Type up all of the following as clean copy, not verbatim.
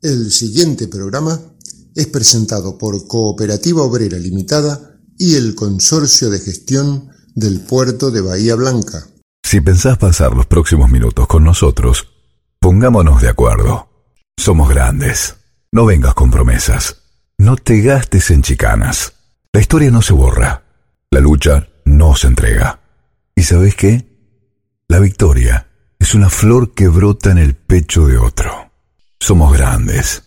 El siguiente programa es presentado por Cooperativa Obrera Limitada y el Consorcio de Gestión del Puerto de Bahía Blanca. Si pensás pasar los próximos minutos con nosotros, pongámonos de acuerdo. Somos grandes. No vengas con promesas. No te gastes en chicanas. La historia no se borra. La lucha no se entrega. ¿Y sabés qué? La victoria es una flor que brota en el pecho de otro. Somos grandes.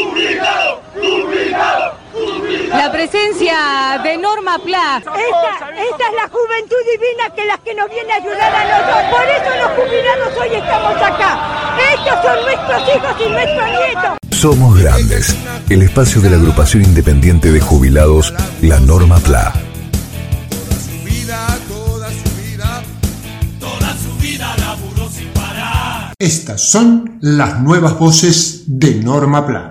La presencia de Norma Pla. Esta es la juventud divina que nos viene a ayudar a nosotros. Por eso los jubilados hoy estamos acá. Estos son nuestros hijos y nuestros nietos. Somos grandes. El espacio de la agrupación independiente de jubilados, la Norma Pla. Toda su vida laburó sin parar. Estas son las nuevas voces de Norma Pla.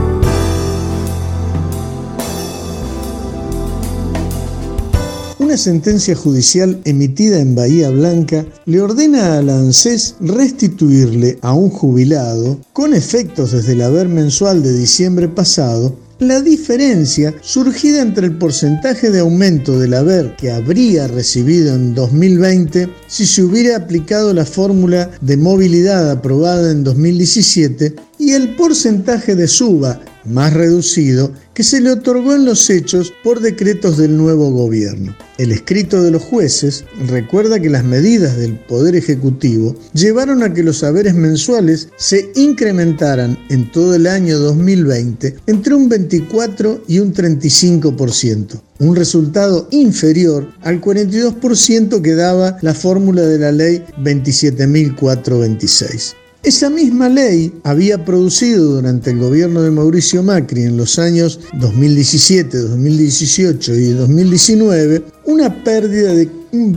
Una sentencia judicial emitida en Bahía Blanca le ordena a la ANSES restituirle a un jubilado, con efectos desde el haber mensual de diciembre pasado, la diferencia surgida entre el porcentaje de aumento del haber que habría recibido en 2020 si se hubiera aplicado la fórmula de movilidad aprobada en 2017 y el porcentaje de suba más reducido que se le otorgó en los hechos por decretos del nuevo gobierno. El escrito de los jueces recuerda que las medidas del Poder Ejecutivo llevaron a que los haberes mensuales se incrementaran en todo el año 2020 entre un 24 y un 35%, un resultado inferior al 42% que daba la fórmula de la ley 27.426. Esa misma ley había producido durante el gobierno de Mauricio Macri en los años 2017, 2018 y 2019 una pérdida de un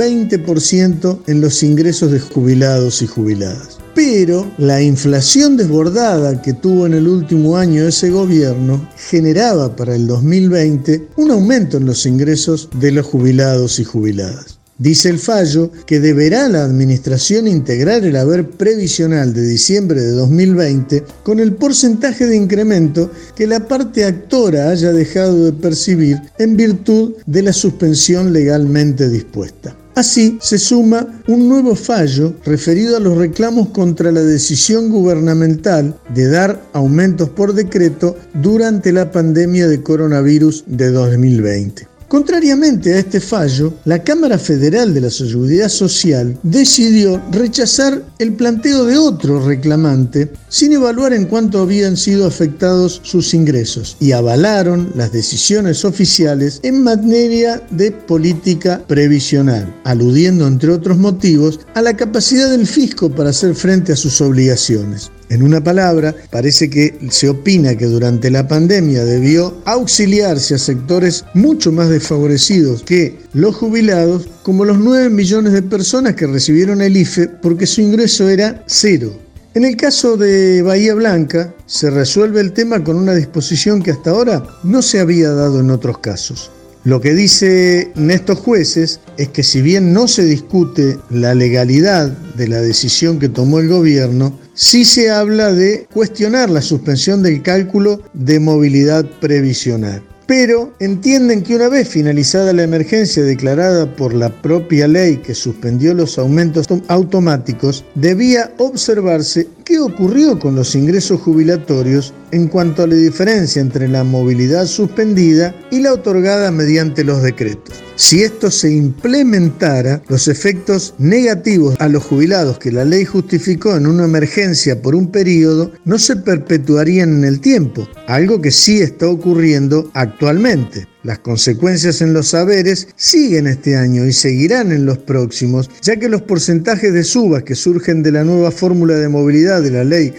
20% en los ingresos de jubilados y jubiladas. Pero la inflación desbordada que tuvo en el último año ese gobierno generaba para el 2020 un aumento en los ingresos de los jubilados y jubiladas. Dice el fallo que deberá la Administración integrar el haber previsional de diciembre de 2020 con el porcentaje de incremento que la parte actora haya dejado de percibir en virtud de la suspensión legalmente dispuesta. Así, se suma un nuevo fallo referido a los reclamos contra la decisión gubernamental de dar aumentos por decreto durante la pandemia de coronavirus de 2020. Contrariamente a este fallo, la Cámara Federal de la Seguridad Social decidió rechazar el planteo de otro reclamante sin evaluar en cuánto habían sido afectados sus ingresos y avalaron las decisiones oficiales en materia de política previsional, aludiendo, entre otros motivos, a la capacidad del fisco para hacer frente a sus obligaciones. En una palabra, parece que se opina que durante la pandemia debió auxiliarse a sectores mucho más desfavorecidos que los jubilados, como los 9 millones de personas que recibieron el IFE porque su ingreso era cero. En el caso de Bahía Blanca, se resuelve el tema con una disposición que hasta ahora no se había dado en otros casos. Lo que dicen estos jueces es que si bien no se discute la legalidad de la decisión que tomó el gobierno, sí se habla de cuestionar la suspensión del cálculo de movilidad previsional. Pero entienden que una vez finalizada la emergencia declarada por la propia ley que suspendió los aumentos automáticos, debía observarse qué ocurrió con los ingresos jubilatorios en cuanto a la diferencia entre la movilidad suspendida y la otorgada mediante los decretos. Si esto se implementara, los efectos negativos a los jubilados que la ley justificó en una emergencia por un periodo no se perpetuarían en el tiempo, algo que sí está ocurriendo actualmente. Las consecuencias en los haberes siguen este año y seguirán en los próximos, ya que los porcentajes de subas que surgen de la nueva fórmula de movilidad de la ley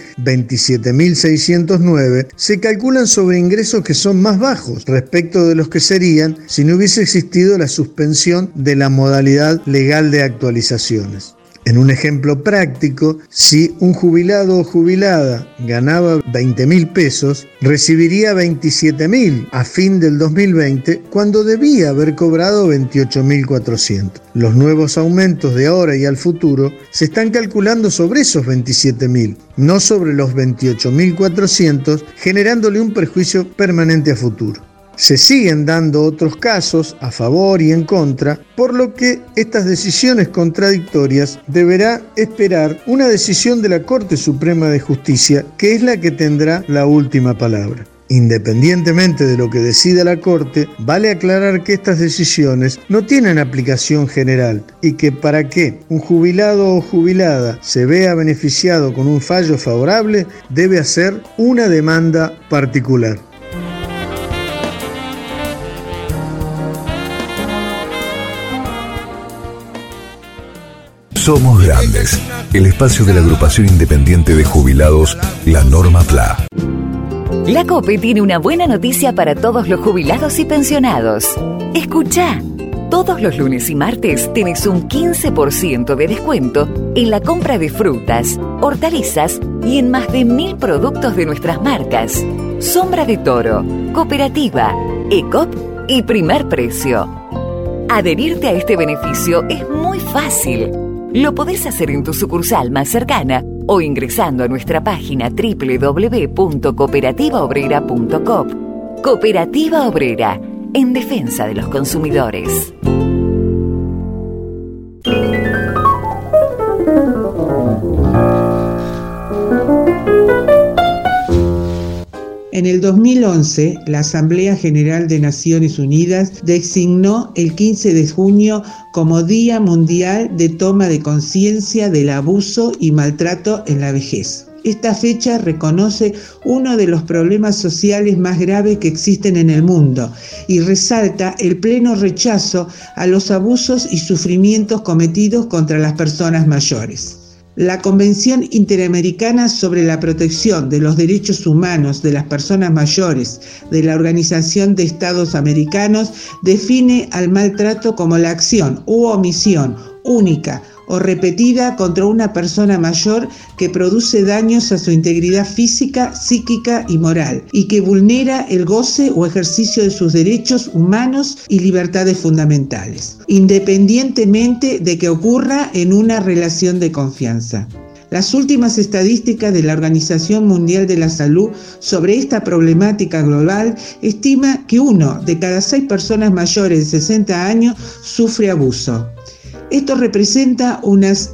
27.609 se calculan sobre ingresos que son más bajos respecto de los que serían si no hubiese existido la suspensión de la modalidad legal de actualizaciones. En un ejemplo práctico, si un jubilado o jubilada ganaba 20.000 pesos, recibiría 27.000 a fin del 2020, cuando debía haber cobrado 28.400. Los nuevos aumentos de ahora y al futuro se están calculando sobre esos 27.000, no sobre los 28.400, generándole un perjuicio permanente a futuro. Se siguen dando otros casos a favor y en contra, por lo que estas decisiones contradictorias deberá esperar una decisión de la Corte Suprema de Justicia, que es la que tendrá la última palabra. Independientemente de lo que decida la Corte, vale aclarar que estas decisiones no tienen aplicación general y que para que un jubilado o jubilada se vea beneficiado con un fallo favorable, debe hacer una demanda particular. Somos Grandes, el espacio de la agrupación independiente de jubilados, la Norma PLA. La COPE tiene una buena noticia para todos los jubilados y pensionados. Escuchá, todos los lunes y martes tenés un 15% de descuento en la compra de frutas, hortalizas y en más de 1.000 productos de nuestras marcas. Sombra de Toro, Cooperativa, ECOP y Primer Precio. Adherirte a este beneficio es muy fácil. Lo podés hacer en tu sucursal más cercana o ingresando a nuestra página www.cooperativaobrera.coop. Cooperativa Obrera, en defensa de los consumidores. En el 2011, la Asamblea General de Naciones Unidas designó el 15 de junio como Día Mundial de Toma de Conciencia del Abuso y Maltrato en la Vejez. Esta fecha reconoce uno de los problemas sociales más graves que existen en el mundo y resalta el pleno rechazo a los abusos y sufrimientos cometidos contra las personas mayores. La Convención Interamericana sobre la Protección de los Derechos Humanos de las Personas Mayores de la Organización de Estados Americanos define al maltrato como la acción u omisión única o repetida contra una persona mayor que produce daños a su integridad física, psíquica y moral, y que vulnera el goce o ejercicio de sus derechos humanos y libertades fundamentales, independientemente de que ocurra en una relación de confianza. Las últimas estadísticas de la Organización Mundial de la Salud sobre esta problemática global estima que 1 de cada 6 personas mayores de 60 años sufre abuso. Esto representa unas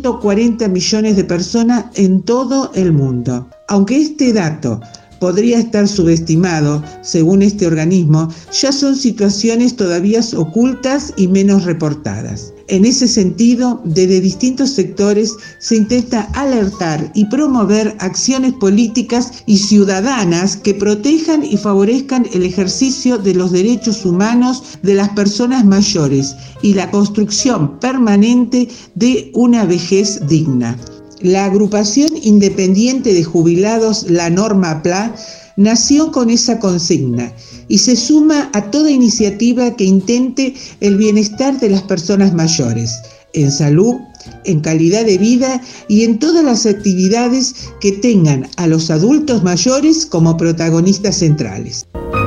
140 millones de personas en todo el mundo. Aunque este dato podría estar subestimado, según este organismo, ya son situaciones todavía ocultas y menos reportadas. En ese sentido, desde distintos sectores se intenta alertar y promover acciones políticas y ciudadanas que protejan y favorezcan el ejercicio de los derechos humanos de las personas mayores y la construcción permanente de una vejez digna. La agrupación independiente de jubilados, la Norma PLA, nació con esa consigna y se suma a toda iniciativa que intente el bienestar de las personas mayores, en salud, en calidad de vida y en todas las actividades que tengan a los adultos mayores como protagonistas centrales.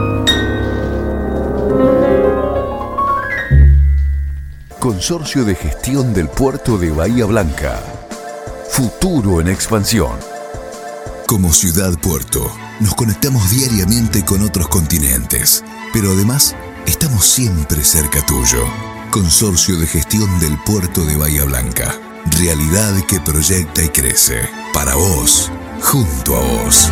Consorcio de Gestión del Puerto de Bahía Blanca. Futuro en expansión. Como ciudad-puerto, nos conectamos diariamente con otros continentes, pero además estamos siempre cerca tuyo. Consorcio de Gestión del Puerto de Bahía Blanca. Realidad que proyecta y crece. Para vos, junto a vos.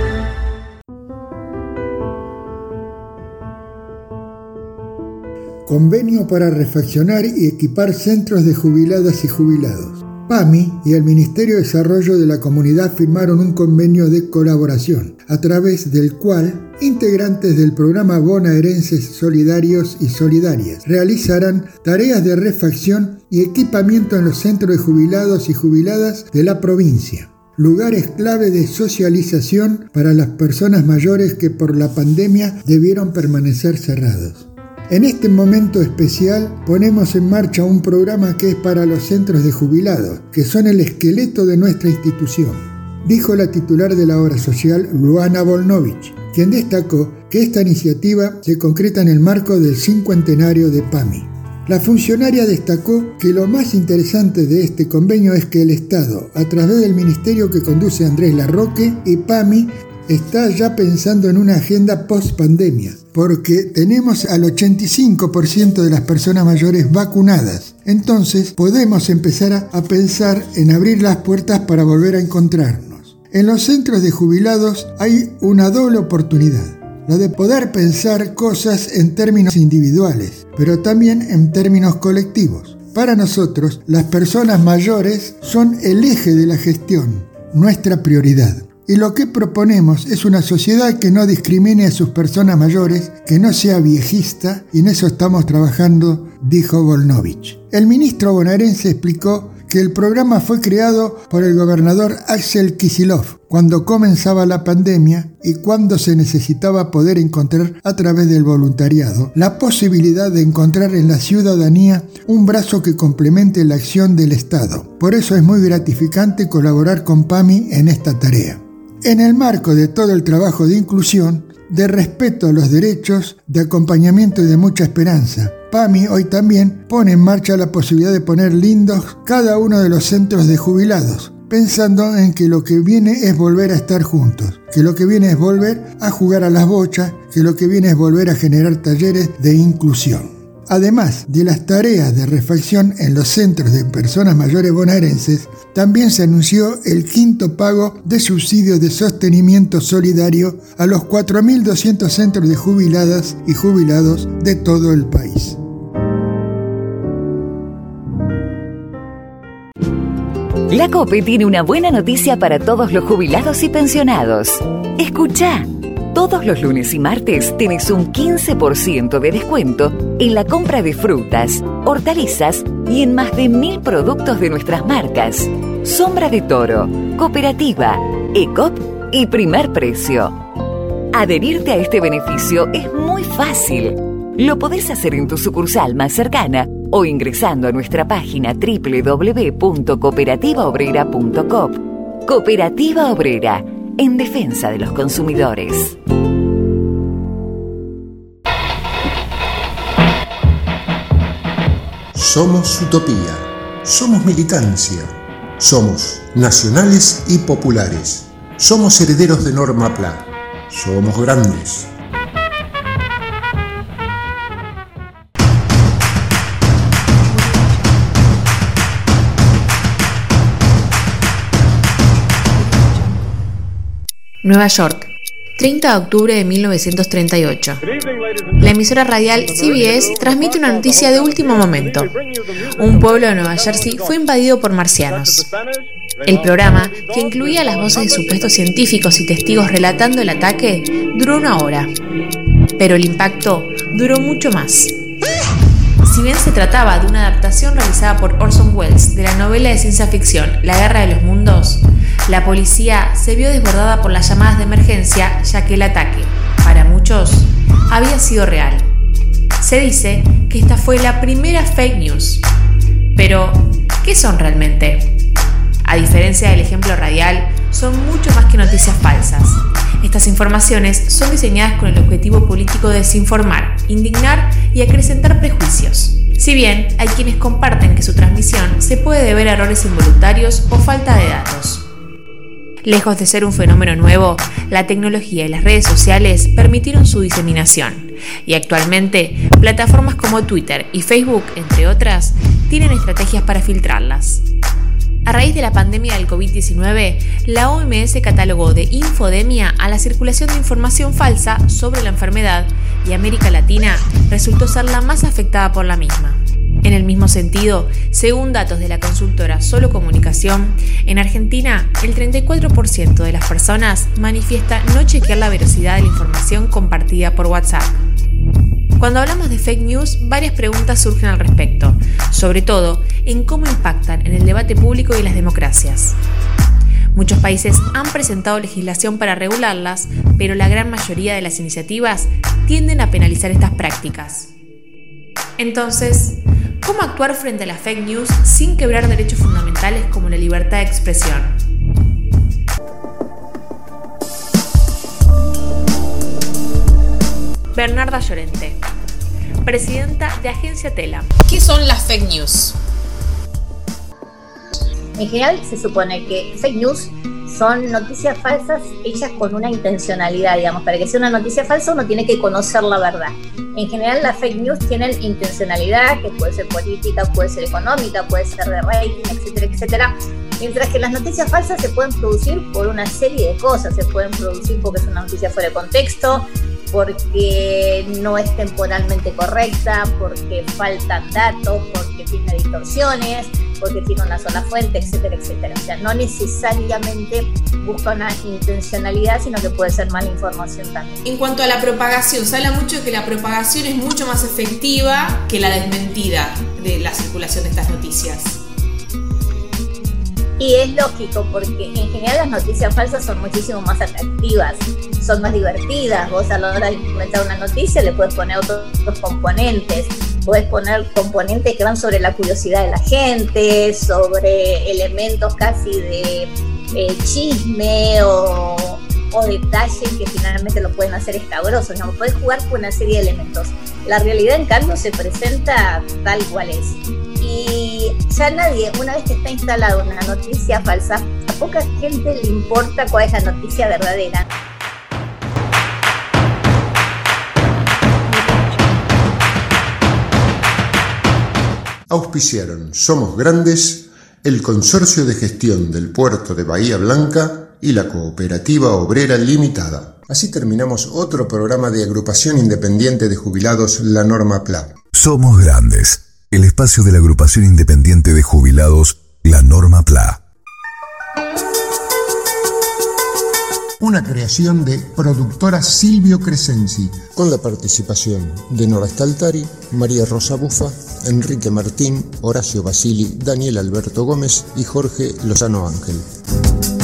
Convenio para refaccionar y equipar centros de jubiladas y jubilados. PAMI y el Ministerio de Desarrollo de la Comunidad firmaron un convenio de colaboración, a través del cual integrantes del programa Bonaerenses Solidarios y Solidarias realizarán tareas de refacción y equipamiento en los centros de jubilados y jubiladas de la provincia, lugares clave de socialización para las personas mayores que por la pandemia debieron permanecer cerrados. En este momento especial ponemos en marcha un programa que es para los centros de jubilados, que son el esqueleto de nuestra institución, dijo la titular de la obra social, Luana Volnovich, quien destacó que esta iniciativa se concreta en el marco del 50º de PAMI. La funcionaria destacó que lo más interesante de este convenio es que el Estado, a través del ministerio que conduce Andrés Larroque y PAMI, está ya pensando en una agenda post-pandemia, porque tenemos al 85% de las personas mayores vacunadas. Entonces podemos empezar a pensar en abrir las puertas para volver a encontrarnos. En los centros de jubilados hay una doble oportunidad, la de poder pensar cosas en términos individuales, pero también en términos colectivos. Para nosotros, las personas mayores son el eje de la gestión, nuestra prioridad. Y lo que proponemos es una sociedad que no discrimine a sus personas mayores, que no sea viejista, y en eso estamos trabajando, dijo Volnovich. El ministro bonaerense explicó que el programa fue creado por el gobernador Axel Kicillof cuando comenzaba la pandemia y cuando se necesitaba poder encontrar a través del voluntariado la posibilidad de encontrar en la ciudadanía un brazo que complemente la acción del Estado. Por eso es muy gratificante colaborar con PAMI en esta tarea. En el marco de todo el trabajo de inclusión, de respeto a los derechos, de acompañamiento y de mucha esperanza, PAMI hoy también pone en marcha la posibilidad de poner lindos cada uno de los centros de jubilados, pensando en que lo que viene es volver a estar juntos, que lo que viene es volver a jugar a las bochas, que lo que viene es volver a generar talleres de inclusión. Además de las tareas de refacción en los centros de personas mayores bonaerenses, también se anunció el 5º pago de subsidio de sostenimiento solidario a los 4.200 centros de jubiladas y jubilados de todo el país. La COPE tiene una buena noticia para todos los jubilados y pensionados. Escuchá. Todos los lunes y martes tenés un 15% de descuento en la compra de frutas, hortalizas y en más de 1.000 productos de nuestras marcas. Sombra de Toro, Cooperativa, ECOP y Primer Precio. Adherirte a este beneficio es muy fácil. Lo podés hacer en tu sucursal más cercana o ingresando a nuestra página www.cooperativaobrera.coop. Cooperativa Obrera, en defensa de los consumidores. Somos utopía, somos militancia, somos nacionales y populares, somos herederos de Norma Pla, somos grandes. Nueva York, 30 de octubre de 1938. La emisora radial CBS transmite una noticia de último momento. Un pueblo de Nueva Jersey fue invadido por marcianos. El programa, que incluía las voces de supuestos científicos y testigos relatando el ataque, duró 1 hora. Pero el impacto duró mucho más. Si bien se trataba de una adaptación realizada por Orson Welles de la novela de ciencia ficción La Guerra de los Mundos, la policía se vio desbordada por las llamadas de emergencia, ya que el ataque, para muchos, había sido real. Se dice que esta fue la primera fake news. Pero, ¿qué son realmente? A diferencia del ejemplo radial, son mucho más que noticias falsas. Estas informaciones son diseñadas con el objetivo político de desinformar, indignar y acrecentar prejuicios. Si bien hay quienes comparten que su transmisión se puede deber a errores involuntarios o falta de datos. Lejos de ser un fenómeno nuevo, la tecnología y las redes sociales permitieron su diseminación, y actualmente plataformas como Twitter y Facebook, entre otras, tienen estrategias para filtrarlas. A raíz de la pandemia del COVID-19, la OMS catalogó de infodemia a la circulación de información falsa sobre la enfermedad y América Latina resultó ser la más afectada por la misma. En el mismo sentido, según datos de la consultora Solo Comunicación, en Argentina el 34% de las personas manifiesta no chequear la veracidad de la información compartida por WhatsApp. Cuando hablamos de fake news, varias preguntas surgen al respecto, sobre todo en cómo impactan en el debate público y las democracias. Muchos países han presentado legislación para regularlas, pero la gran mayoría de las iniciativas tienden a penalizar estas prácticas. Entonces, ¿cómo actuar frente a las fake news sin quebrar derechos fundamentales como la libertad de expresión? Bernarda Llorente, presidenta de Agencia Tela. ¿Qué son las fake news? En general se supone que fake news son noticias falsas hechas con una intencionalidad, digamos. Para que sea una noticia falsa uno tiene que conocer la verdad. En general las fake news tienen intencionalidad, que puede ser política, puede ser económica, puede ser de rating, etcétera, etcétera. Mientras que las noticias falsas se pueden producir por una serie de cosas. Se pueden producir porque es una noticia fuera de contexto, porque no es temporalmente correcta, porque faltan datos, porque tiene distorsiones, porque tiene una sola fuente, etcétera, etcétera. O sea, no necesariamente busca una intencionalidad, sino que puede ser mala información también. En cuanto a la propagación, se habla mucho de que la propagación es mucho más efectiva que la desmentida de la circulación de estas noticias. Y es lógico, porque en general las noticias falsas son muchísimo más atractivas, son más divertidas. Vos a la hora de inventar una noticia le puedes poner otros componentes. Puedes poner componentes que van sobre la curiosidad de la gente, sobre elementos casi de chisme o detalles que finalmente lo pueden hacer escabrosos. ¿No? Puedes jugar con una serie de elementos. La realidad, en cambio, se presenta tal cual es. Y ya nadie, una vez que está instalada una noticia falsa, a poca gente le importa cuál es la noticia verdadera. Auspiciaron Somos Grandes, el Consorcio de Gestión del Puerto de Bahía Blanca y la Cooperativa Obrera Limitada. Así terminamos otro programa de Agrupación Independiente de Jubilados La Norma PLA. Somos Grandes, el espacio de la Agrupación Independiente de Jubilados La Norma PLA. Una creación de productora Silvio Crescenzi, con la participación de Nora Staltari, María Rosa Bufa, Enrique Martín, Horacio Basili, Daniel Alberto Gómez y Jorge Lozano Ángel.